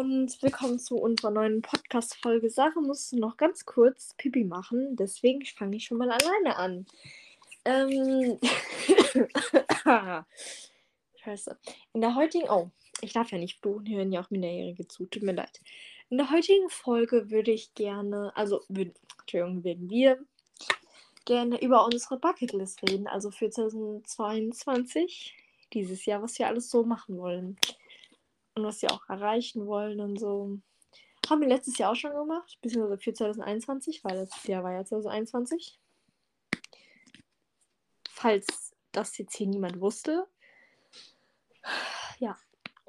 und willkommen zu unserer neuen Podcast-Folge. Sarah muss noch ganz kurz Pipi machen, deswegen fange ich schon mal alleine an. Scheiße. In der heutigen... Oh, ich darf ja nicht fluchen, hier hören ja auch Minderjährige zu, tut mir leid. In der heutigen Folge würde ich gerne, würden wir gerne über unsere Bucketlist reden, also für 2022, dieses Jahr, was wir alles so machen wollen. Und was sie auch erreichen wollen und so. Haben wir letztes Jahr auch schon gemacht, beziehungsweise für 2021, weil letztes Jahr war ja 2021. Falls das jetzt hier niemand wusste. Ja.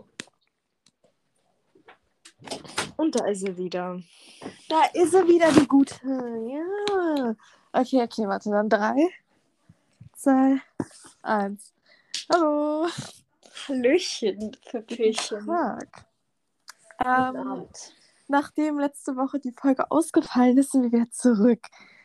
Und da ist sie wieder. Da ist sie wieder, die Gute. Ja. Okay, warte, dann 3, 2, 1. Hallo. Hallöchen, Püppchen. Tag. Guten Abend. Nachdem letzte Woche die Folge ausgefallen ist, sind wir wieder zurück.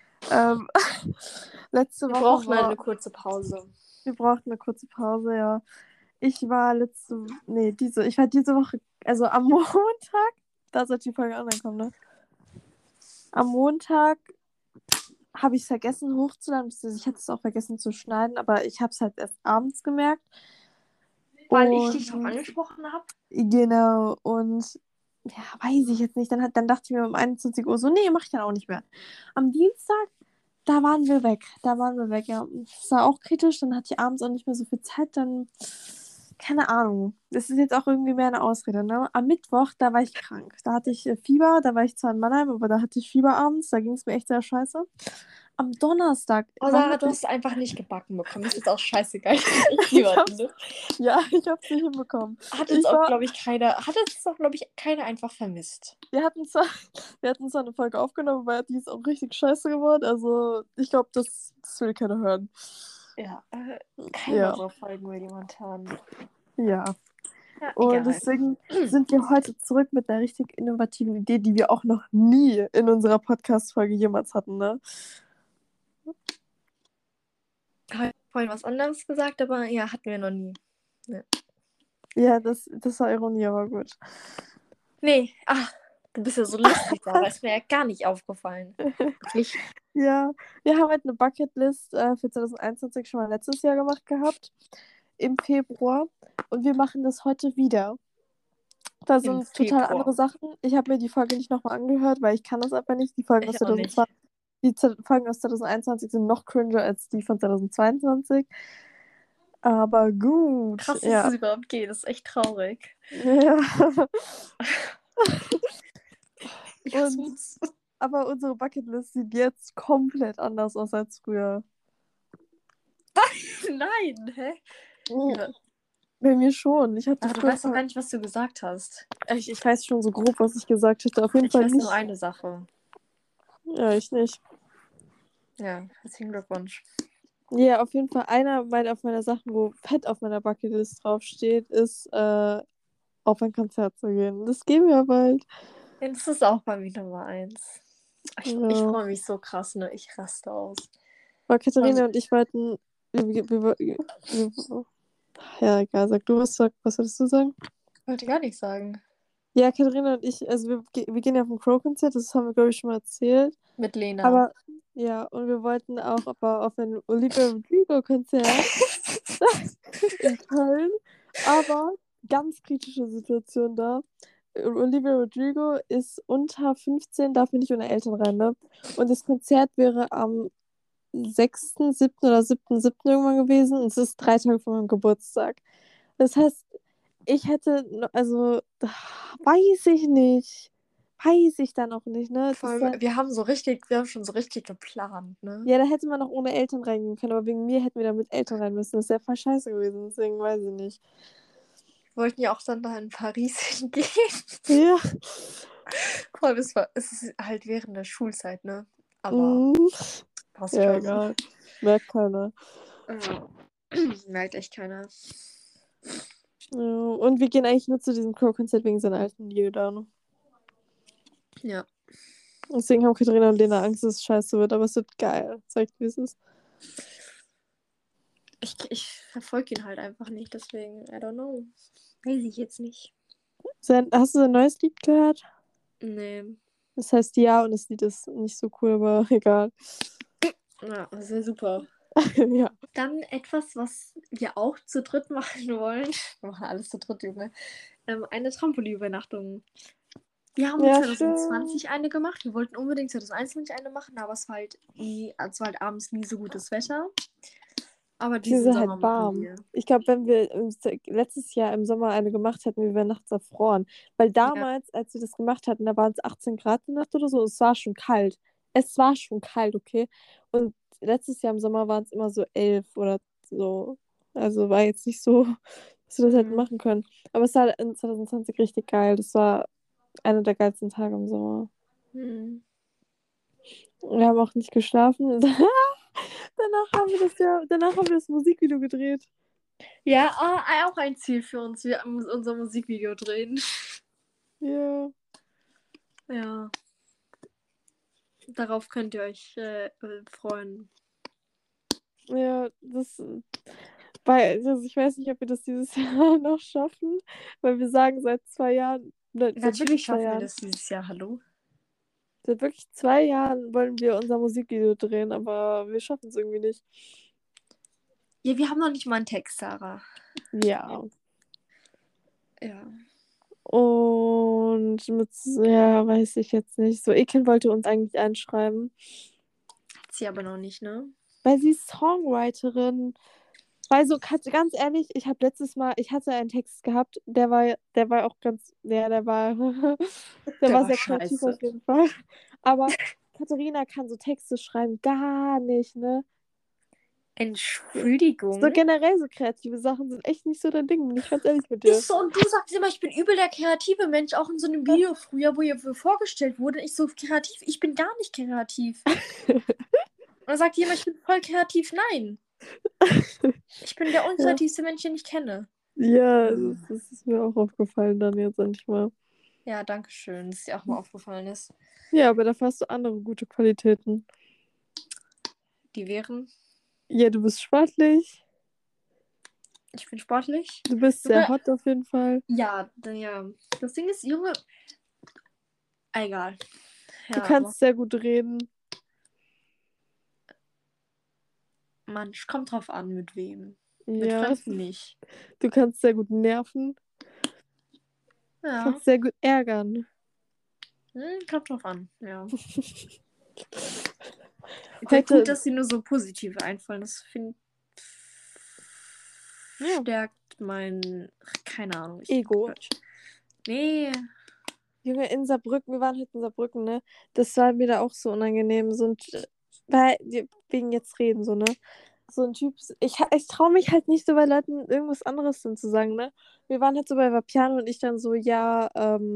Letzte Wir Woche brauchen eine kurze Pause. Wir brauchten eine kurze Pause, ja. Ich war diese Woche, also am Montag, da sollte die Folge online kommen, ne? Am Montag habe ich es vergessen hochzuladen, ich hatte es auch vergessen zu schneiden, aber ich habe es halt erst abends gemerkt. Weil ich dich noch angesprochen habe? Genau, und ja, weiß ich jetzt nicht. Dann dachte ich mir um 21 Uhr so, nee, mach ich dann auch nicht mehr. Am Dienstag, da waren wir weg, ja. Das war auch kritisch, dann hatte ich abends auch nicht mehr so viel Zeit, dann, keine Ahnung. Das ist jetzt auch irgendwie mehr eine Ausrede, ne? Am Mittwoch, da war ich krank. Da hatte ich Fieber, da war ich zwar in Mannheim, aber da hatte ich Fieber abends, da ging es mir echt sehr scheiße. Am Donnerstag. Oh, Sarah, du hast es einfach nicht gebacken bekommen. Das ist auch scheißegal. Ich hatte. Ja, ich hab's nicht hinbekommen. Hat es auch, glaube ich, keiner einfach vermisst. Wir hatten zwar eine Folge aufgenommen, aber die ist auch richtig scheiße geworden. Also, ich glaube, das will keiner hören. Ja, keine so Folgen will jemand hören. Ja. Ja, Und egal. deswegen sind wir heute zurück mit einer richtig innovativen Idee, die wir auch noch nie in unserer Podcast-Folge jemals hatten, ne? Ich habe vorhin was anderes gesagt, aber ja, hatten wir noch nie. Ja, das war Ironie, aber gut. Nee, du bist ja so lustig, Sarah. Ist mir ja gar nicht aufgefallen. Wirklich. Ja, wir haben halt eine Bucketlist für 2021 schon mal letztes Jahr gemacht gehabt, im Februar. Und wir machen das heute wieder. Da Im sind total Februar. andere Sachen. Ich habe mir die Folge nicht nochmal angehört, weil ich kann das einfach nicht. Die Folgen aus Ich auch nicht. 2020, die Folgen aus 2021 sind noch cringer als die von 2022. Aber gut. Krass, dass Ja. das überhaupt geht. Das ist echt traurig. Ja. Und aber unsere Bucketlist sieht jetzt komplett anders aus als früher. Nein, hä? Bei mir schon. Du weißt doch gar nicht, was du gesagt hast. Ich weiß schon so grob, was ich gesagt hätte. Auf jeden Fall weiß nicht. nur eine Sache. Ja, ich nicht. Ja, herzlichen Glückwunsch. Ja, auf jeden Fall auf meiner Sachen, wo fett auf meiner Bucketlist draufsteht, ist auf ein Konzert zu gehen. Das gehen wir bald. Ja, das ist auch bei mir Nummer 1. Ich Ja. freue mich so krass, ne? Ich raste aus. Weil Katharina und ich wollten. Ja, egal, sag du was solltest du sagen? Ich wollte gar nichts sagen. Ja, Katharina und ich, also wir gehen ja auf ein Crow-Konzert, das haben wir, glaube ich, schon mal erzählt. Mit Lena. Aber, ja, und wir wollten auch aber auf ein Olivia Rodrigo-Konzert in Köln. Aber ganz kritische Situation da. Olivia Rodrigo ist unter 15, darf nicht ohne Eltern rein, ne? Und das Konzert wäre am 6.7. oder 7.7. irgendwann gewesen. Und es ist 3 Tage vor meinem Geburtstag. Das heißt, ich hätte, also, weiß ich nicht. Weiß ich dann auch nicht, ne? Vor allem, wir haben schon so richtig geplant, ne? Ja, da hätte man auch ohne Eltern reingehen können, aber wegen mir hätten wir da mit Eltern rein müssen. Das wäre voll scheiße gewesen, deswegen weiß ich nicht. Wir wollten ja auch dann da in Paris hingehen. Ja. Vor allem, es ist halt während der Schulzeit, ne? Aber passt ja, schon. egal. Merkt keiner. Merkt echt keiner. Ja, und wir gehen eigentlich nur zu diesem Crow-Konzert wegen seiner alten Lieder. Ne? Ja. Deswegen haben Katharina und Lena Angst, dass es scheiße wird, aber es wird geil. Zeigt, wie es ist. Ich verfolge ihn halt einfach nicht, deswegen, I don't know. Weiß ich jetzt nicht. Hast du sein neues Lied gehört? Nee. Das heißt ja und das Lied ist nicht so cool, aber egal. Ja, das ist super. Ja. Dann etwas, was wir auch zu dritt machen wollen. Wir machen alles zu dritt, Junge. Eine Trampolinübernachtung. Wir haben Ja, 2020 stimmt. eine gemacht. Wir wollten unbedingt 2021 eine machen, aber es war halt abends nie so gutes Wetter. Aber Sie diesen ist Sommer halt machen warm. wir. Ich glaube, wenn wir letztes Jahr im Sommer eine gemacht hätten, wir wären nachts erfroren. Weil Ja. damals, als wir das gemacht hatten, da waren es 18 Grad in der Nacht oder so. Es war schon kalt. Es war schon kalt, okay? Und letztes Jahr im Sommer waren es immer so 11 oder so. Also war jetzt nicht so, dass wir das hätten Mhm. machen können. Aber es war in 2020 richtig geil. Das war einer der geilsten Tage im Sommer. Mhm. Wir haben auch nicht geschlafen. Danach haben wir das Musikvideo gedreht. Ja, auch ein Ziel für uns. Wir müssen unser Musikvideo drehen. Ja. Ja, darauf könnt ihr euch freuen. Ja, also ich weiß nicht, ob wir das dieses Jahr noch schaffen, weil wir sagen seit 2 Jahren, nein, seit Natürlich wirklich zwei schaffen wir Jahren, das dieses Jahr, hallo? seit wirklich 2 Jahren wollen wir unser Musikvideo drehen, aber wir schaffen es irgendwie nicht. Ja, wir haben noch nicht mal einen Text, Sarah. Ja. Ja. Ja, weiß ich jetzt nicht. So, Ekin wollte uns eigentlich anschreiben, Hat sie aber noch nicht, ne? weil sie ist Songwriterin. Weil so, ganz ehrlich, ich hatte einen Text gehabt, der war auch ganz, ja, der Der war war sehr kreativ scheiße. auf jeden Fall. Aber Katharina kann so Texte schreiben, gar nicht, ne? So Entschuldigung. generell so kreative Sachen sind echt nicht so dein Ding, bin ich ganz ehrlich mit dir. Ist so, und du sagst immer, ich bin übel der kreative Mensch, auch in so einem Video früher, wo ihr vorgestellt wurde, ich so kreativ, ich bin gar nicht kreativ. Und dann sagt jemand, ich bin voll kreativ. Nein, ich bin der Ja, unkreativste Mensch, den ich kenne. ja, das ist mir auch aufgefallen dann jetzt endlich mal. Ja, danke schön, dass dir auch mal aufgefallen ist. Ja, aber dafür hast du andere gute Qualitäten. Die wären, Ja, du bist sportlich, ich bin sportlich. du bist sehr Junge, hot auf jeden Fall. ja. Das Ding ist, Junge, egal. Du Ja, aber kannst sehr gut reden. man, kommt drauf an, mit wem. Mit Ja, Fremden nicht. du kannst sehr gut nerven. Ja, Kannst sehr gut ärgern. kommt drauf an, ja. Sehr gut, Heute, dass sie nur so positive einfallen. Das ja, stärkt mein, keine Ahnung, Ego. Nee, Junge, in Saarbrücken, wir waren heute in Saarbrücken, ne? Das war mir da auch so unangenehm. Weil, wegen jetzt reden, so, ne? So ein Typ, ich traue mich halt nicht so bei Leuten irgendwas anderes dann zu sagen, ne? Wir waren halt so bei Vapiano und ich dann so, ja,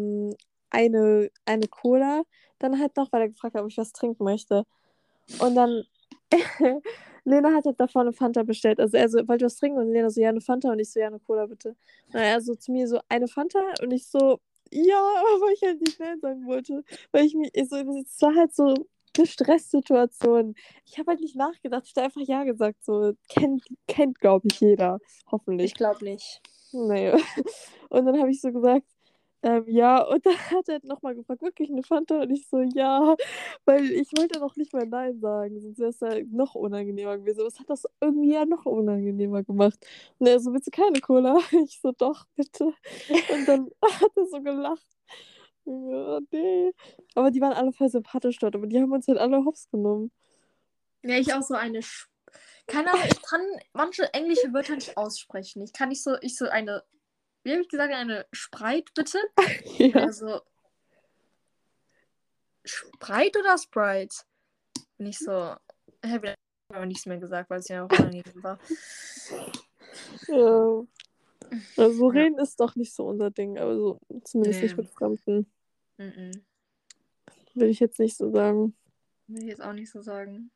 eine Cola. Dann halt noch, weil er gefragt hat, ob ich was trinken möchte. Und dann, Lena hat halt davor eine Fanta bestellt. Also er so, wollt ihr was trinken? Und Lena so, ja, eine Fanta. Und ich so, ja, eine Cola bitte. Und er so zu mir so, eine Fanta? Und ich so, ja, aber weil ich halt nicht Nein sagen wollte. Weil es war halt so eine Stresssituation. Ich habe halt nicht nachgedacht, ich habe einfach ja gesagt. So, kennt glaube ich, jeder. ich Hoffentlich. glaube nicht. Nee. Und dann habe ich so gesagt, ja, und dann hat er nochmal gefragt, wirklich eine Fanta? Und ich so, ja, weil ich wollte noch nicht mal Nein sagen, sonst wäre es ja noch unangenehmer gewesen. Aber es hat das irgendwie ja noch unangenehmer gemacht. Und er so, willst du keine Cola? Ich so, doch, bitte. Und dann hat er so gelacht. Ja, nee. Aber die waren alle voll sympathisch dort, aber die haben uns halt alle hops genommen. Ja, ich auch so eine. Keine Ahnung, ich kann manche englische Wörter nicht aussprechen. Ich so eine. Wie habe ich gesagt, eine Sprite, bitte? Und Ja. er so, Sprite oder Sprite? Und ich so, ich habe aber nichts mehr gesagt, weil es ja auch unangenehm war. Ja. Also Ja. reden ist doch nicht so unser Ding, aber so, zumindest nicht Nee. mit Fremden. Mhm. Will ich jetzt nicht so sagen. Will ich jetzt auch nicht so sagen.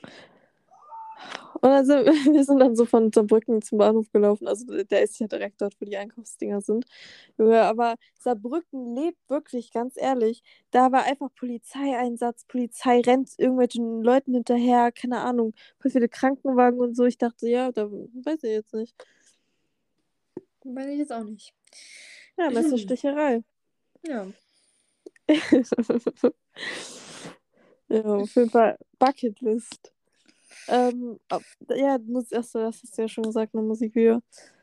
Und also, wir sind dann so von Saarbrücken zum Bahnhof gelaufen. Also der ist ja direkt dort, wo die Einkaufsdinger sind. Ja, aber Saarbrücken lebt wirklich, ganz ehrlich. Da war einfach Polizeieinsatz, Polizei rennt irgendwelchen Leuten hinterher, keine Ahnung, voll viele Krankenwagen und so. Ich dachte, ja, da weiß ich jetzt nicht. Weiß ich jetzt auch nicht. Ja, Messerstecherei. Ja. Ja, auf jeden Fall Bucketlist. Ja, achso, das hast du ja schon gesagt, ein Musikvideo.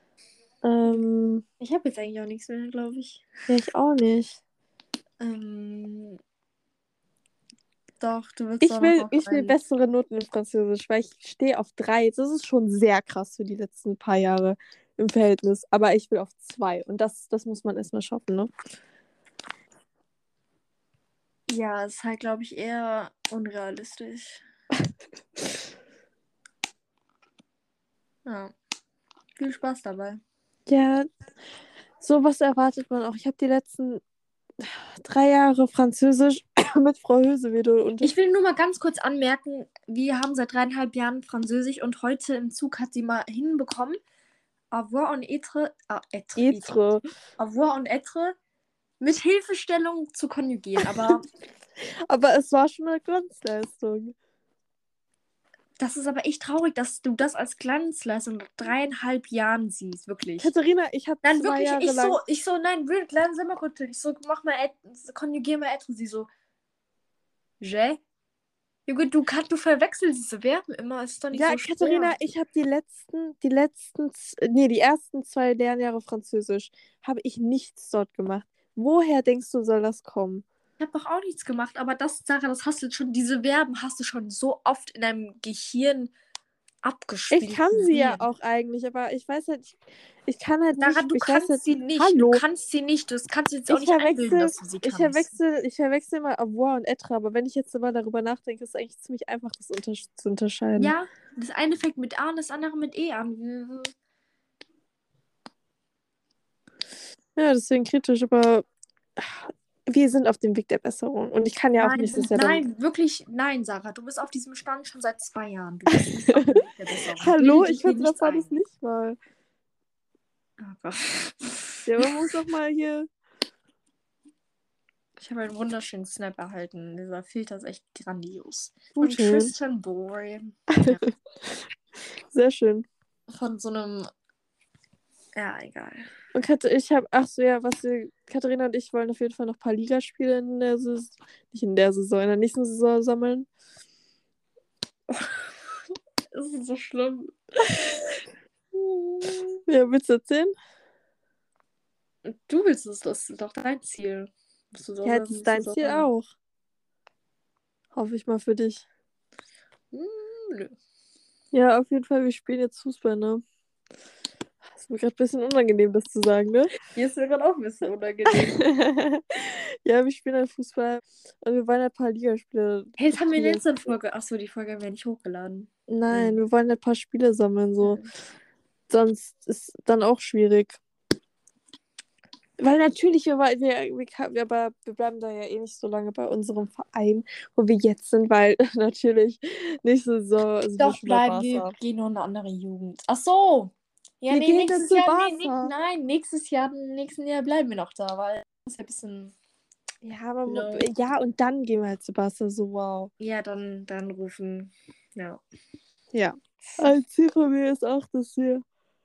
Ich habe jetzt eigentlich auch nichts mehr, glaube ich. Ja, ich auch nicht. Doch, du willst doch noch auf Ich will einen. bessere Noten in Französisch, weil ich stehe auf 3. Das ist schon sehr krass für die letzten paar Jahre im Verhältnis. Aber ich will auf 2. Und das muss man erstmal schaffen, ne? Ja, ist halt, glaube ich, eher unrealistisch. Ja. Viel Spaß dabei. Ja, sowas erwartet man auch. Ich habe die letzten 3 Jahre Französisch mit Frau Hösewedo und Ich will nur mal ganz kurz anmerken, wir haben seit 3,5 Jahren Französisch und heute im Zug hat sie mal hinbekommen, avoir und être, Etre. avoir und être mit Hilfestellung zu konjugieren. Aber Aber es war schon eine Glanzleistung. das ist aber echt traurig, dass du das als Glanzleistung nach 3,5 Jahren siehst, wirklich. Katharina, ich habe Nein, 2 wirklich, Jahre lang... nein, wirklich, lass mal kurz. Ich so, mach mal, konjugier mal être. Sie so, je? Junge, du verwechselst diese Verben immer, es ist doch nicht Ja, so schwer. Katharina, ich habe die ersten 2 Lernjahre Französisch habe ich nichts dort gemacht. Woher denkst du, soll das kommen? Ich habe doch auch nichts gemacht, aber Sarah, das hast du jetzt schon, diese Verben hast du schon so oft in deinem Gehirn abgespielt. Ich kann sie ja auch eigentlich, aber ich weiß halt, ich kann halt Sarah, nicht. du Ich weiß kannst halt, sie nicht. hallo. Du kannst sie nicht. Das kannst du jetzt auch nicht einbilden, dass du sie kannst. Ich verwechsel mal avoir und être, aber wenn ich jetzt mal darüber nachdenke, ist es eigentlich ziemlich einfach, das zu unterscheiden. Ja, das eine fängt mit A und das andere mit E an. Ja, deswegen kritisch, aber wir sind auf dem Weg der Besserung. Und ich kann ja auch nächstes Jahr dann... Nein, wirklich, nein, Sarah. Du bist auf diesem Stand schon seit 2 Jahren. Du bist nicht auf dem Weg der Besserung. Hallo, Bilde ich dir hier nichts vertraue das ein. nicht mal. Oh Gott. Ja, man muss doch mal hier... Ich habe einen wunderschönen Snap erhalten. Dieser Filter ist echt grandios. Wo Von schön. Tristan Boy. Ja. Sehr schön. Von so einem... Ja, egal. Und Katharina und ich wollen auf jeden Fall noch ein paar Ligaspiele in der Saison, nicht in der Saison, in der nächsten Saison sammeln. Das ist so schlimm. Ja, willst du erzählen? Du willst es, das ist doch dein Ziel. Ja, das ist dein Ziel auch. Hoffe ich mal für dich. Nö. Ja, auf jeden Fall, wir spielen jetzt Fußball, ne? Das ist mir gerade ein bisschen unangenehm, das zu sagen, ne? Hier ist mir gerade auch ein bisschen unangenehm. Ja, wir spielen halt Fußball und wir wollen ein paar Ligaspiele. Hey, das haben wir in der letzten Folge. Achso, die Folge haben wir nicht hochgeladen. Nein, wir wollen ein paar Spiele sammeln, so. Sonst ist dann auch schwierig. Weil natürlich, wir bleiben da ja eh nicht so lange bei unserem Verein, wo wir jetzt sind, weil natürlich nächste Saison sind Doch, wir schon bei bleiben wir, Barca. gehen nur in eine andere Jugend. Ach so! Ja, Wir nee, gehen nächstes jetzt zu Jahr, Barca. nein, im nächsten Jahr bleiben wir noch da, weil das ist ja ein bisschen. Ja, und dann gehen wir halt zu Barca, so wow. Ja, dann rufen. Ja. Ja. Ein Ziel von mir ist auch, dass wir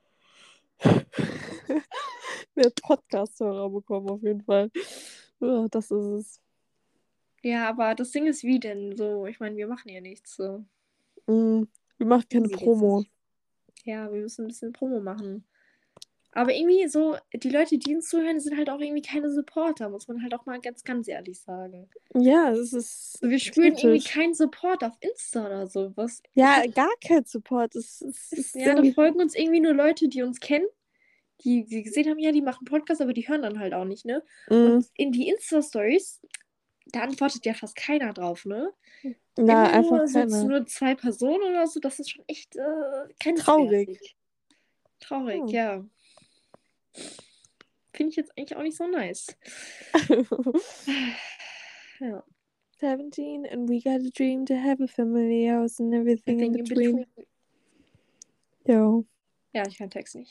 Podcast-Hörer bekommen, auf jeden Fall. Ja, das ist es. Ja, aber das Ding ist wie denn so? Ich meine, wir machen ja nichts so. Wir machen keine Promo. Ja, wir müssen ein bisschen Promo machen. Aber irgendwie so, die Leute, die uns zuhören, sind halt auch irgendwie keine Supporter, muss man halt auch mal ganz, ganz ehrlich sagen. Ja, das ist. Wir spüren irgendwie keinen Support auf Insta oder sowas. Ja, gar kein Support. Ja, da folgen uns irgendwie nur Leute, die uns kennen, die gesehen haben, ja, die machen Podcasts, aber die hören dann halt auch nicht, ne? Und in die Insta-Stories, da antwortet ja fast keiner drauf, ne? Na, immer einfach nur 2 Personen oder so, das ist schon echt traurig. Traurig, ja. Finde ich jetzt eigentlich auch nicht so nice. Ja. 17 and we got a dream to have a family house and everything in between. Jo. Ja, ich kann Text nicht.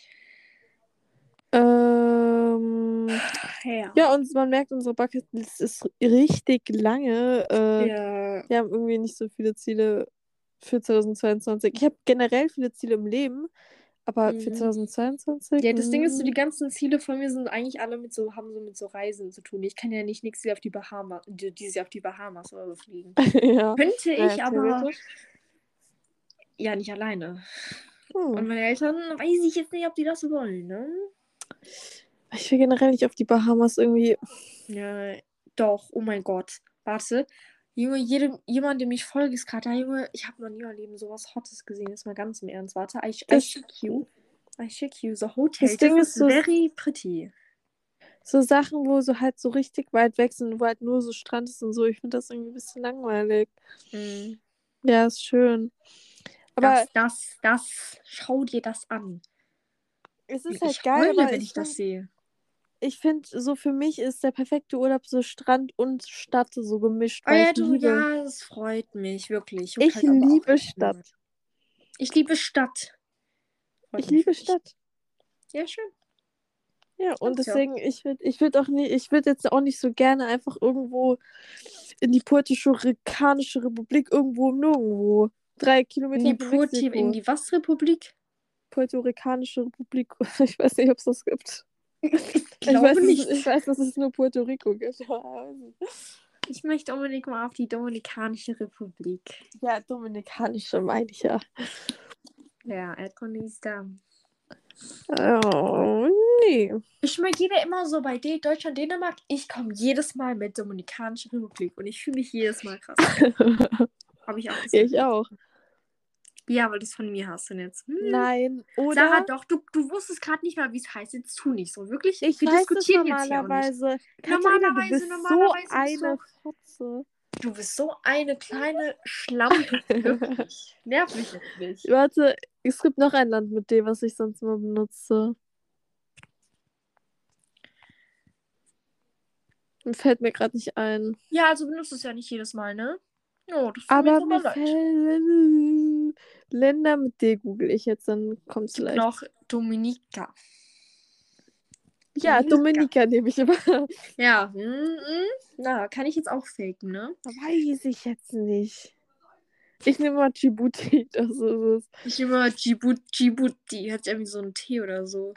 Ja, und man merkt, unsere Bucketlist ist richtig lange. Ja. Wir haben irgendwie nicht so viele Ziele für 2022. Ich habe generell viele Ziele im Leben, Aber für Mhm. 2022? Ja, das Ding ist, so die ganzen Ziele von mir sind eigentlich alle haben so mit so Reisen zu tun. Ich kann ja nicht nächstes Jahr auf die Bahamas, dieses Jahr auf die Bahamas oder so fliegen. Ja. Könnte Naja, ich, aber theoretisch. ja, nicht alleine. Hm. Und meine Eltern, weiß ich jetzt nicht, ob die das wollen, ne? Ich will generell nicht auf die Bahamas irgendwie. Ja, doch, oh mein Gott. Warte. Junge, jemand, dem ich folge, ist gerade da, Junge. Ich habe noch nie in meinem Leben sowas Hottes gesehen. Ist mal ganz im Ernst. Warte, I Das, check you. I check you. The hotel. das This Ding is ist so, very pretty. so Sachen, wo so halt so richtig weit weg sind, wo halt nur so Strand ist und so. Ich finde das irgendwie ein bisschen langweilig. Mm. Ja, ist schön. Aber Schau dir das an. es ist Ich halt geil, heule, aber wenn ich das sehe. ich finde, so für mich ist der perfekte Urlaub so Strand und Stadt so gemischt, Oh weil ja, ja, das freut mich, wirklich. Juckt ich halt aber auch liebe echt Stadt. null. Ich liebe Stadt. Freut Ich mich für liebe dich. Stadt. Ja, schön. Ja, und Sag's ja. deswegen, ich würde auch nicht, ich würde jetzt auch nicht so gerne einfach irgendwo in die Puerto-Ricanische Republik irgendwo im Nirgendwo. 3 Kilometer von In Mexiko. die was Republik? Puerto-Ricanische Republik. Ich weiß nicht, ob es das gibt. Ich glaube nicht. Ich weiß, dass es nur Puerto Rico gibt. Ich möchte unbedingt mal auf die Dominikanische Republik. Ja, Dominikanische meine ich ja. Ja, Erdkunde ist da. Oh, nee. Ich mag jeder immer so bei Deutschland, Dänemark. Ich komme jedes Mal mit Dominikanische Republik und ich fühle mich jedes Mal krass. Habe ich auch das Ja, Gefühl. ich auch. Ja, weil du es von mir hast und jetzt. Nein, Sarah, oder? doch, du wusstest gerade nicht mal, wie es heißt. Jetzt tu nicht so. Wirklich? Ich Wir weiß es diskutieren jetzt hier auch nicht. normalerweise. Katharina, du bist so Normalerweise bist eine Fotze. du bist so eine kleine Schlampe. Wirklich. Nerv mich jetzt nicht. Warte, es gibt noch ein Land mit dem, was ich sonst immer benutze. Fällt mir gerade nicht ein. Ja, also benutzt es ja nicht jedes Mal, ne? Oh, das tut mir Aber jetzt mir aber leid. fällt Länder mit D google ich jetzt, dann kommt es Es gibt vielleicht. noch Dominika. Ja, Dominika nehme ich immer. Ja, na, kann ich jetzt auch faken, ne? Weiß ich jetzt nicht. Ich nehme mal Djibouti, das ist es. Ich nehme mal Djibouti. Hat irgendwie so einen T oder so.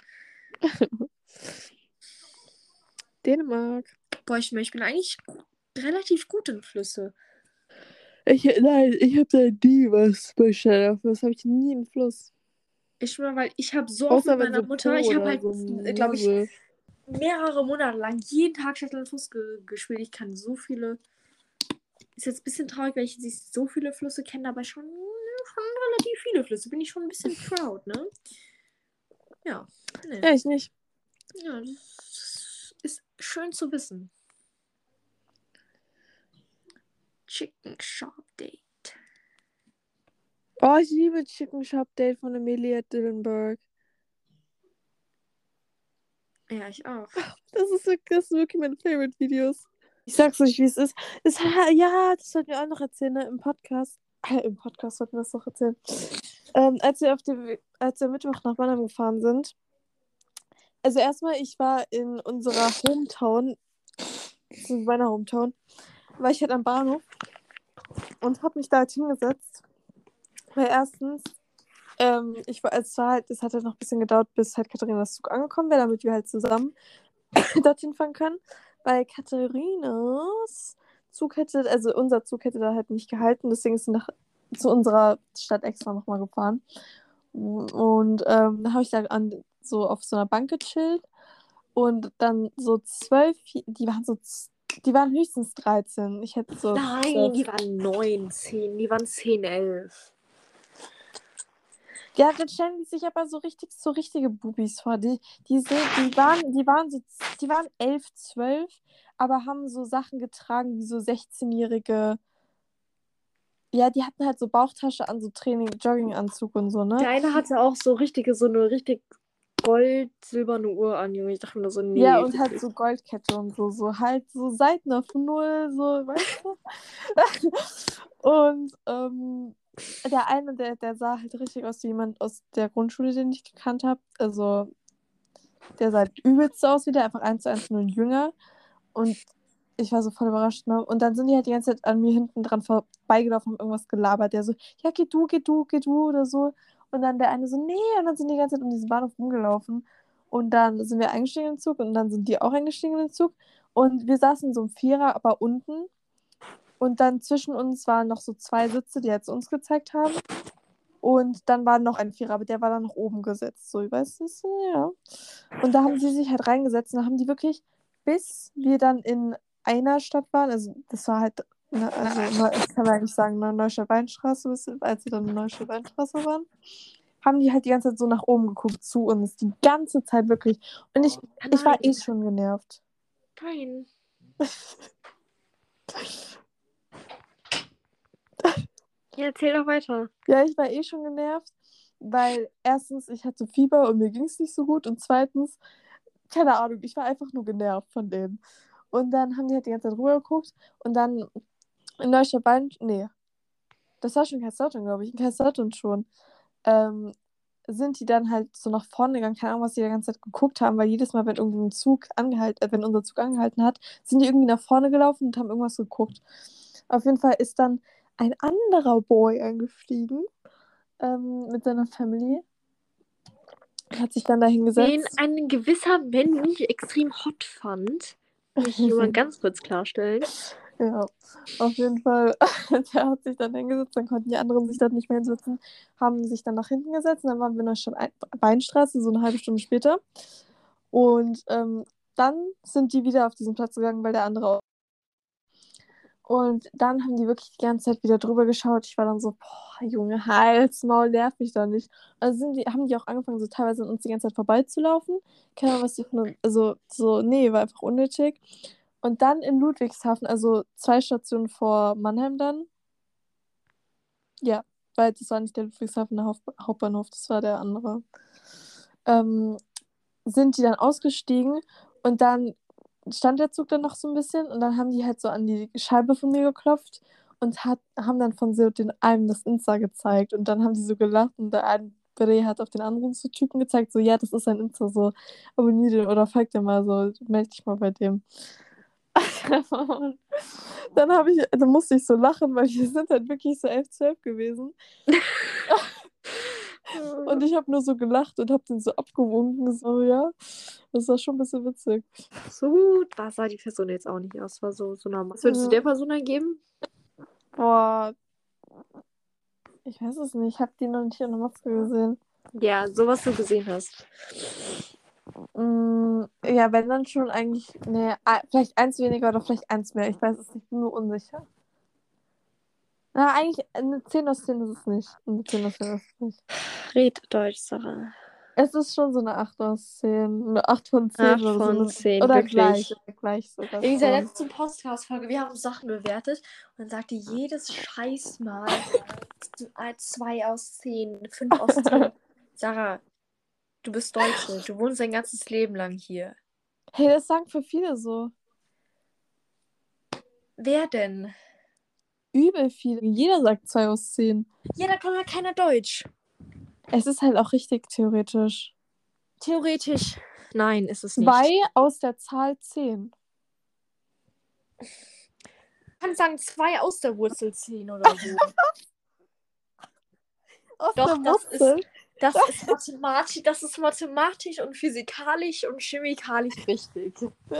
Dänemark. Boah, ich bin eigentlich relativ gut in Flüsse. Nein, ich habe da nie was bei Sheriff. Das habe ich nie im Fluss. Weil ich habe so oft Außer mit wenn meiner so Mutter, Po ich habe oder halt, so glaube ich, Mosel. mehrere Monate lang jeden Tag Shuttle Fluss gespielt. Ich kann so viele. Ist jetzt ein bisschen traurig, weil ich nicht so viele Flüsse kenne, aber schon relativ viele Flüsse. Bin ich schon ein bisschen proud, ne? Ja. Ne. Ja, ich nicht. Ja, das ist schön zu wissen. Chicken Shop Date. Oh, ich liebe Chicken Shop Date von Amelia Dillenberg. Ja, ich auch. Das ist wirklich meine Favorite-Videos. Ich sag's euch, wie es ist. Ja, das sollten wir auch noch erzählen, ne? Im Podcast. Im Podcast sollten wir das noch erzählen. Als wir Mittwoch nach Mannheim gefahren sind. Also erstmal, ich war in unserer Hometown, in meiner Hometown, war ich halt am Bahnhof und habe mich da halt hingesetzt. Weil erstens, es hat halt noch ein bisschen gedauert, bis halt Katharinas Zug angekommen wäre, damit wir halt zusammen dorthin fahren können. Weil Katharinas Zug unser Zug hätte da halt nicht gehalten, deswegen ist sie zu unserer Stadt extra nochmal gefahren. Und dann habe ich da so auf so einer Bank gechillt und dann so 12, die waren höchstens 13. Ich hätte so Nein, 12. die waren 19. Die waren 10, 11. Ja, dann stellen die sich aber so richtige Bubis vor. Die waren 11, 12, aber haben so Sachen getragen wie so 16-jährige. Ja, die hatten halt so Bauchtasche an, so Jogginganzug und so, ne? Der eine hatte auch so eine richtig gold-silberne Uhr an, Junge. Ich dachte mir so, nee. Ja, und halt so Goldkette und so halt so Seiten auf Null, so, weißt du? Und der eine, der sah halt richtig aus wie jemand aus der Grundschule, den ich gekannt habe. Also, der sah halt übelst aus wie der, einfach 1:1 nur jünger. Und ich war so voll überrascht, ne? Und dann sind die halt die ganze Zeit an mir hinten dran vorbeigelaufen, haben irgendwas gelabert. Der so, ja, geh du oder so. Und dann der eine so, nee, und dann sind die ganze Zeit um diesen Bahnhof rumgelaufen. Und dann sind wir eingestiegen in den Zug und dann sind die auch eingestiegen in den Zug. Und wir saßen in so einem Vierer, aber unten. Und dann zwischen uns waren noch so 2 Sitze, die jetzt uns gezeigt haben. Und dann war noch ein Vierer, aber der war dann nach oben gesetzt. So, weißt du, ja. Und da haben sie sich halt reingesetzt und da haben die wirklich, bis wir dann in einer Stadt waren, also das war halt, das kann man eigentlich sagen, Neustadt-Weinstraße, als wir dann in Neustadt-Weinstraße waren, haben die halt die ganze Zeit so nach oben geguckt zu uns. Die ganze Zeit wirklich. Und ich war eh schon genervt. Nein. Ja, erzähl doch weiter. Ja, ich war eh schon genervt, weil erstens, ich hatte Fieber und mir ging es nicht so gut und zweitens, keine Ahnung, ich war einfach nur genervt von denen. Und dann haben die halt die ganze Zeit rübergeguckt und dann in nee, das war schon in Kaiserslautern, glaube ich, in Kaiserslautern schon, sind die dann halt so nach vorne gegangen, keine Ahnung, was die die ganze Zeit geguckt haben, weil jedes Mal, wenn irgendein Zug angehalten, wenn unser Zug angehalten hat, sind die irgendwie nach vorne gelaufen und haben irgendwas geguckt. Auf jeden Fall ist dann ein anderer Boy eingestiegen, mit seiner Family. Hat sich dann da Den hingesetzt. ein gewisser Mensch extrem hot fand. Will ich hier mal ganz kurz klarstellen. Ja, auf jeden Fall. Der hat sich dann hingesetzt, dann konnten die anderen sich dann nicht mehr hinsetzen, haben sich dann nach hinten gesetzt und dann waren wir in der Stadt Weinstraße, so eine halbe Stunde später. Und dann sind die wieder auf diesen Platz gegangen, weil der andere auch. Und dann haben die wirklich die ganze Zeit wieder drüber geschaut. Ich war dann so, boah, Junge, Hals, Maul, nerv mich doch nicht. Also haben die auch angefangen, so teilweise an uns die ganze Zeit vorbeizulaufen. Keine Ahnung, was die von uns, also so, nee, war einfach unnötig. Und dann in Ludwigshafen, also 2 Stationen vor Mannheim dann. Ja, weil das war nicht der Ludwigshafener Hauptbahnhof, das war der andere. Sind die dann ausgestiegen und dann stand der Zug dann noch so ein bisschen und dann haben die halt so an die Scheibe von mir geklopft und haben dann von so den einem das Insta gezeigt und dann haben die so gelacht und der eine Bre hat auf den anderen so Typen gezeigt, so ja, das ist ein Insta, so abonnier den oder folgt dir mal so, melde dich mal bei dem. Und dann musste ich so lachen, weil wir sind halt wirklich so 11, 12 gewesen. Und ich habe nur so gelacht und habe den so abgewunken, so, ja. Das war schon ein bisschen witzig. So gut war sah die Person jetzt auch nicht aus. War so normal. Was würdest du der Person ergeben? Boah, ich weiß es nicht. Ich habe die noch nicht in der Maske gesehen. Ja, so was du gesehen hast. Ja, wenn dann schon eigentlich, nee, vielleicht eins weniger oder vielleicht eins mehr. Ich weiß es nicht, bin nur unsicher. Na, eigentlich eine 10 aus 10 ist es nicht. Eine 10 aus 10 ist es nicht. Red Deutsch, Sarah. Es ist schon so eine 8 aus 10. Eine 8 von 10 8 oder von so. 10, Oder wirklich. gleich. Oder gleich sogar In dieser schon. letzten Podcast-Folge, wir haben Sachen bewertet und dann sagte jedes Scheißmal 2 aus 10, 5 aus 10. Sarah, du bist Deutsche. Du wohnst dein ganzes Leben lang hier. Hey, das sagen für viele so. Wer denn? Übel viele. Jeder sagt 2 aus 10. Ja, da kann ja keiner Deutsch. Es ist halt auch richtig theoretisch. Theoretisch. Nein, ist es 2 nicht. aus der Zahl 10. Ich kann sagen 2 aus der Wurzel 10 oder so. Aus Doch, der Wurzel? das ist mathematisch und physikalisch und chemikalisch richtig.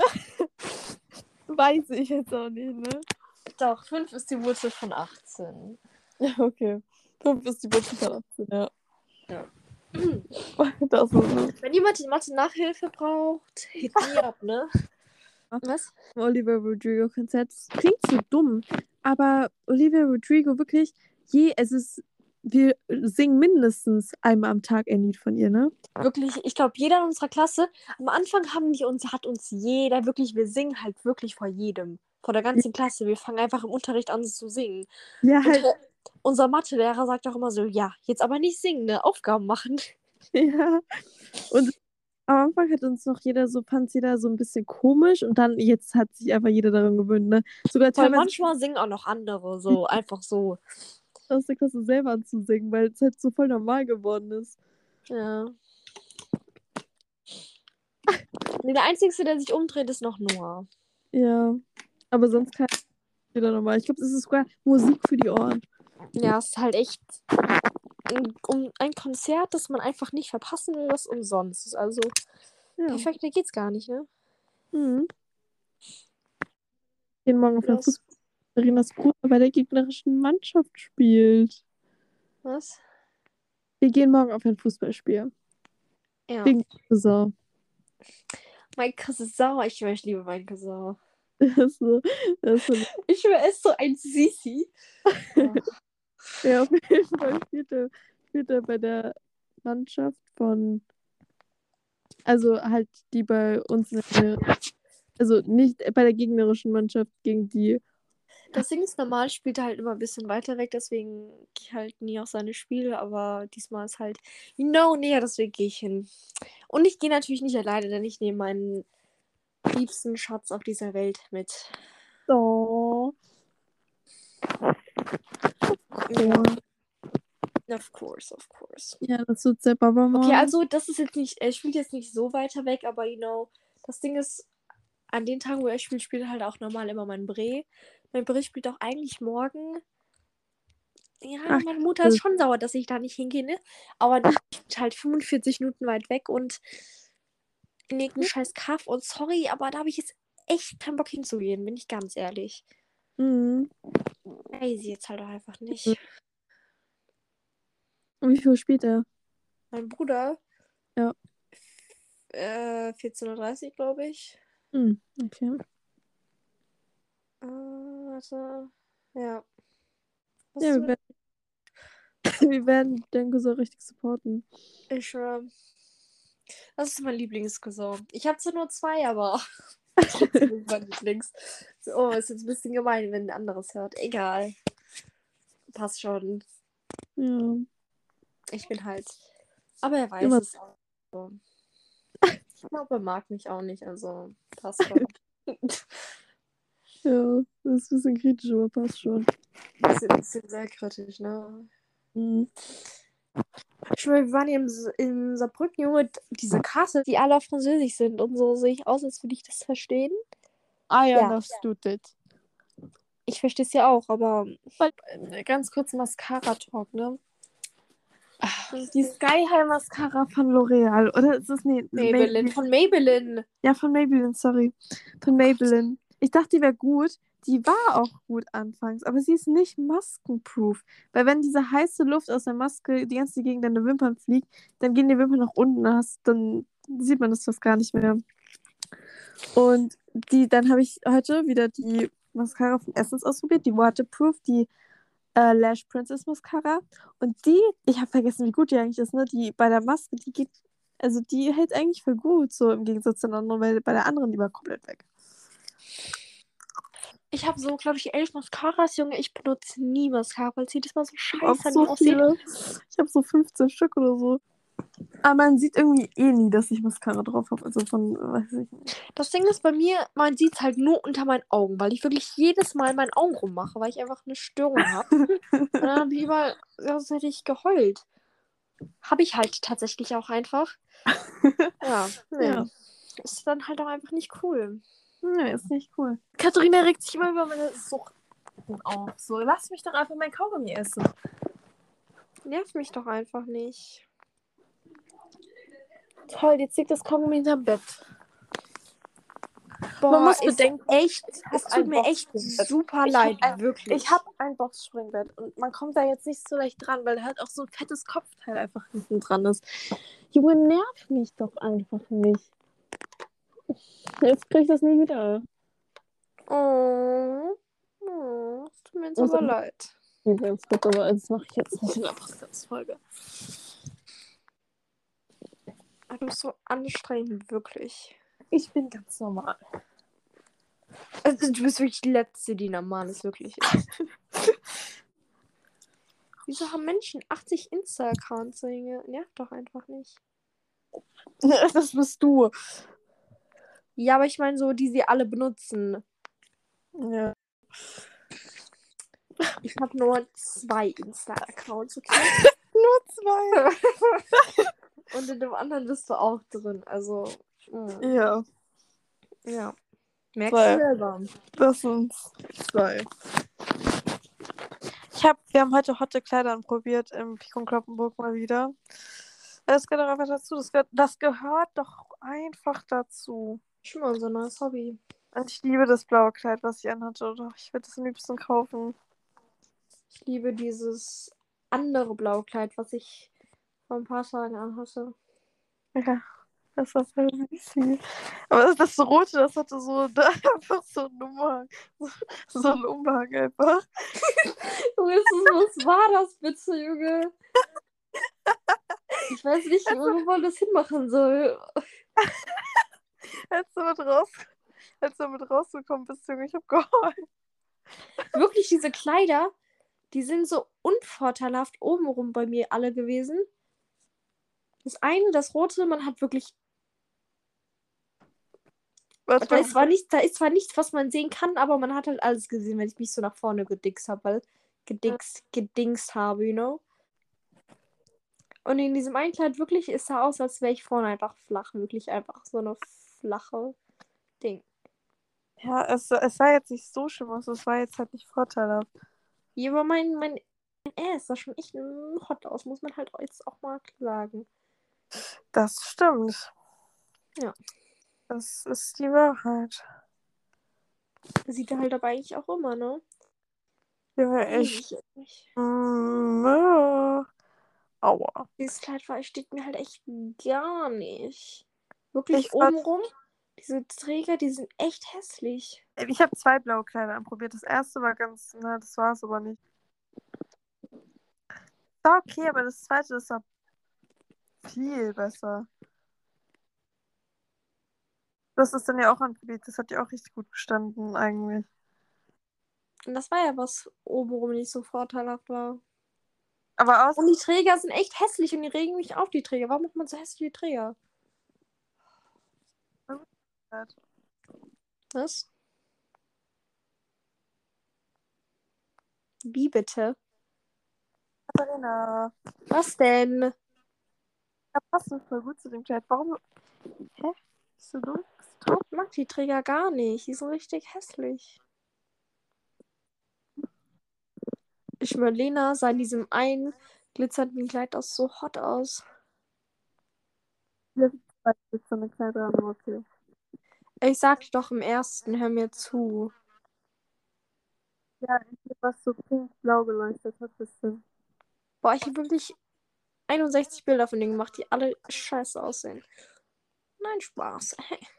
Weiß ich jetzt auch nicht, ne? Doch, 5 ist die Wurzel von 18. Ja, okay. 5 ist die Wurzel von 18, ja. Ja. Das ist es. Wenn jemand die Mathe-Nachhilfe braucht, hit me up, ne? Was? Olivia Rodrigo-Konzert. Das klingt so dumm, aber Olivia Rodrigo wirklich, wir singen mindestens einmal am Tag ein Lied von ihr, ne? Wirklich, ich glaube, jeder in unserer Klasse, am Anfang hat uns jeder wirklich, wir singen halt wirklich vor jedem. Vor der ganzen Klasse. Wir fangen einfach im Unterricht an zu singen. Ja, halt. Unser Mathelehrer sagt auch immer so, ja, jetzt aber nicht singen, ne? Aufgaben machen. Ja. Und am Anfang fand jeder so ein bisschen komisch und dann jetzt hat sich einfach jeder daran gewöhnt, ne? Sogar Weil teilweise manchmal singen auch noch andere, so einfach so. aus der Klasse selber anzusingen, weil es halt so voll normal geworden ist. Ja. Nee, der Einzige, der sich umdreht, ist noch Noah. Ja, aber sonst kann jeder normal. Ich glaube, das ist sogar Musik für die Ohren. Ja, ist halt echt um ein Konzert, das man einfach nicht verpassen will, das umsonst ist. Also Ja. perfekter geht's gar nicht, ne? Mhm. Wir gehen morgen auf ein Das, Fußball. Sarinas Bruder bei der gegnerischen Mannschaft spielt. was? Wir gehen morgen auf ein Fußballspiel. Ja. Wegen Cousin. Mein Cousin, ich schwöre, ich liebe meinen Cousin. Das ist so, Ich schwöre, er ist so ein Sisi. Oh. ja, auf jeden Fall spielt er bei der Mannschaft von, also halt die bei uns, also nicht bei der gegnerischen Mannschaft gegen die. Das Ding ist, normal spielt er halt immer ein bisschen weiter weg, deswegen gehe ich halt nie auf seine Spiele, aber diesmal ist halt näher, deswegen gehe ich hin. Und ich gehe natürlich nicht alleine, denn ich nehme meinen liebsten Schatz auf dieser Welt mit. Oh. Ja. Of course. Ja, das wird sehr Baba Okay, morgen. also das ist jetzt nicht, er spielt jetzt nicht so weiter weg, aber das Ding ist, an den Tagen, wo er spielt er halt auch normal immer mein Bre. Mein Bre spielt auch eigentlich morgen. Ja, Ach, meine Mutter ist schon sauer, dass ich da nicht hingehe, ne? Aber die ist halt 45 Minuten weit weg und in irgendeinem scheiß Kaff. Und sorry, aber da habe ich jetzt echt keinen Bock hinzugehen, bin ich ganz ehrlich. Mhm. Weiß ich jetzt halt auch einfach nicht. Und wie viel spielt er? Mein Bruder, Ja. 14:30 Uhr, glaube ich. Mhm. Okay. Warte. Ja. Was Ja, ist mit? wir werden Denko so richtig supporten. Ich das ist mein Lieblingsgesang. Ich habe zwar nur zwei, aber das ist mein Lieblings. Oh, ist jetzt ein bisschen gemein, wenn ein anderes hört. Egal. Passt schon. Ja. Ich bin halt. Aber er weiß Immer. es auch. So. Ich glaube, er mag mich auch nicht, also passt schon. Ja, das ist ein bisschen kritisch, aber passt schon. Bisschen sehr kritisch, ne? Mhm. Ich meine, wir waren hier in Saarbrücken, Junge, diese Karte, die alle auf Französisch sind und so sehe ich aus, als würde ich das verstehen. I Ja. understood it. Ich verstehe es ja auch, aber ganz kurz Mascara-Talk, ne? Die Sky High Mascara von L'Oreal, oder ist das nicht? Maybelline. Von Maybelline. Ja, von Maybelline, sorry. Von Maybelline. Ich dachte, die wäre gut. Die war auch gut anfangs, aber sie ist nicht maskenproof. Weil wenn diese heiße Luft aus der Maske die ganze Zeit gegen deine Wimpern fliegt, dann gehen die Wimpern nach unten, dann sieht man das fast gar nicht mehr. Und dann habe ich heute wieder die Mascara von Essence ausprobiert, die Waterproof, die Lash Princess Mascara. Und ich habe vergessen, wie gut die eigentlich ist, ne? Die bei der Maske, also die hält eigentlich voll gut, so im Gegensatz zu den anderen, weil bei der anderen, die war komplett weg. Ich habe so, glaube ich, 11 Mascaras, Junge. Ich benutze nie Mascara, weil es jedes Mal so Ich habe auch scheiße an so mir aussieht. viele. Ich habe so 15 Stück oder so. Aber man sieht irgendwie eh nie, dass ich Mascara drauf habe. Also weiß ich nicht. Das Ding ist bei mir, man sieht es halt nur unter meinen Augen, weil ich wirklich jedes Mal meinen Augen rummache, weil ich einfach eine Störung habe. Und dann habe ich überall, als hätte ich geheult. Habe ich halt tatsächlich auch einfach. Ja, nee. Ja. Ist dann halt auch einfach nicht cool. Nee, ist nicht cool. Katharina regt sich immer über meine Sucht auf. So, lass mich doch einfach mein Kaugummi essen. Nervt mich doch einfach nicht. Toll, jetzt liegt das Kaugummi hinterm Bett. Boah, Man muss bedenken, es tut mir echt super leid, wirklich. Ich habe ein Boxspringbett und man kommt da jetzt nicht so leicht dran, weil halt auch so ein fettes Kopfteil einfach hinten dran ist. Junge, nerv mich doch einfach nicht. Jetzt krieg ich das nie wieder. Es tut mir jetzt aber leid. Aber das mache ich jetzt nicht in der Podcast-Folge. Du bist so anstrengend, wirklich. Ich bin ganz normal. Also, du bist wirklich die Letzte, die normal ist, wirklich. Wieso haben Menschen 80 Insta-Accounts? Nervt doch einfach nicht. Das bist du. Ja, aber ich meine so, die sie alle benutzen. Ja. Ich habe nur 2 Insta-Accounts, okay? Nur 2. Und in dem anderen bist du auch drin. Also, Ja. ja. Merkst 2. du selber. Das sind 2. Wir haben heute hotte Kleider anprobiert im Pik und Kloppenburg mal wieder. Das gehört doch einfach dazu. Das gehört doch einfach dazu. Schon mal so ein neues Hobby. Und ich liebe das blaue Kleid, was ich anhatte. Doch, ich würde es am liebsten kaufen. Ich liebe dieses andere blaue Kleid, was ich vor ein paar Tagen anhatte. Ja, das war voll süß. Aber das Rote, das hatte so da einfach so einen Umhang. So einen Umhang einfach. Junge, was war das bitte, Junge? Ich weiß nicht, wo man das hinmachen soll. Als du damit rausgekommen bist, Junge, ich hab geheult. Wirklich, diese Kleider, die sind so unvorteilhaft obenrum bei mir alle gewesen. Das eine, das rote, man hat wirklich. Da ist zwar nichts, was man sehen kann, aber man hat halt alles gesehen, wenn ich mich so nach vorne gedingst habe, gedingst habe, you know? Und in diesem einen Kleid wirklich ist da aus, als wäre ich vorne einfach flach. Wirklich einfach so eine flache Ding. Ja, es sah jetzt nicht so schlimm aus. Es war jetzt halt nicht vorteilhaft. Ja, aber mein Ass sah schon echt hot aus, muss man halt jetzt auch mal sagen. Das stimmt. Ja. Das ist die Wahrheit. Sieht er halt aber eigentlich auch immer, ne? Junge, echt. Aua. Dieses Kleid steht mir halt echt gar nicht. Wirklich obenrum. Diese Träger, die sind echt hässlich. Ich habe 2 blaue Kleider anprobiert. Das erste war ganz, na, das war es aber nicht. War okay, aber das zweite, das war viel besser. Das ist dann ja auch anprobiert. Das hat ja auch richtig gut gestanden, eigentlich. Und das war ja, was obenrum nicht so vorteilhaft war. Aber Und die Träger sind echt hässlich und die regen mich auf, die Träger. Warum macht man so hässliche Träger? Was? Wie bitte? Katharina. Was denn? Ja, passt das voll gut zu dem Kleid. Warum? Hä? Bist du dumm? Ich mag die Träger gar nicht. Die sind richtig hässlich. Ich meine, Lena sah in diesem einen glitzernden Kleid auch so hot aus. Ja, so eine Kleider an, okay. Ich sagte doch im ersten, hör mir zu. Ja, ich was so pink-blau geleuchtet hat, bisschen. Boah, ich habe wirklich 61 Bilder von denen gemacht, die alle scheiße aussehen. Nein, Spaß.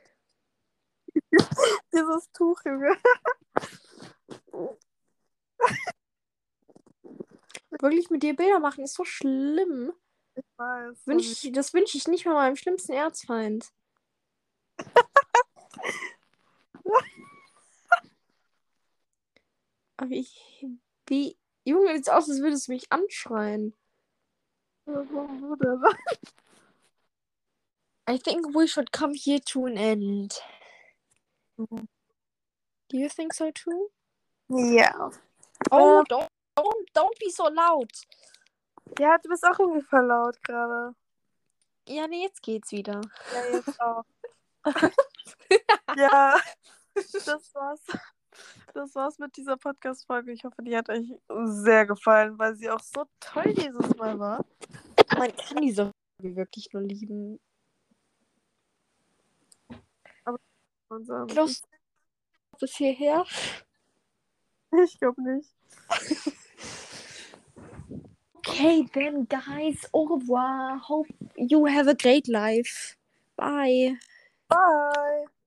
Dieses Tuch, Junge. Wirklich mit dir Bilder machen ist so schlimm. Ich weiß. Das wünsche ich nicht mal meinem schlimmsten Erzfeind. Aber Junge, sieht aus, als würdest du mich anschreien. Warum denn? I think we should come here to an end. Do you think so too? Ja. Oh, don't be so laut. Ja, du bist auch irgendwie voll laut gerade. Ja, nee, jetzt geht's wieder. Ja, jetzt auch. Ja, das war's mit dieser Podcast-Folge. Ich hoffe, die hat euch sehr gefallen, weil sie auch so toll dieses Mal war. Man kann diese Folge wirklich nur lieben. Los, bis hierher. Ich glaube nicht. Okay, then, guys, au revoir. Hope you have a great life. Bye. Bye.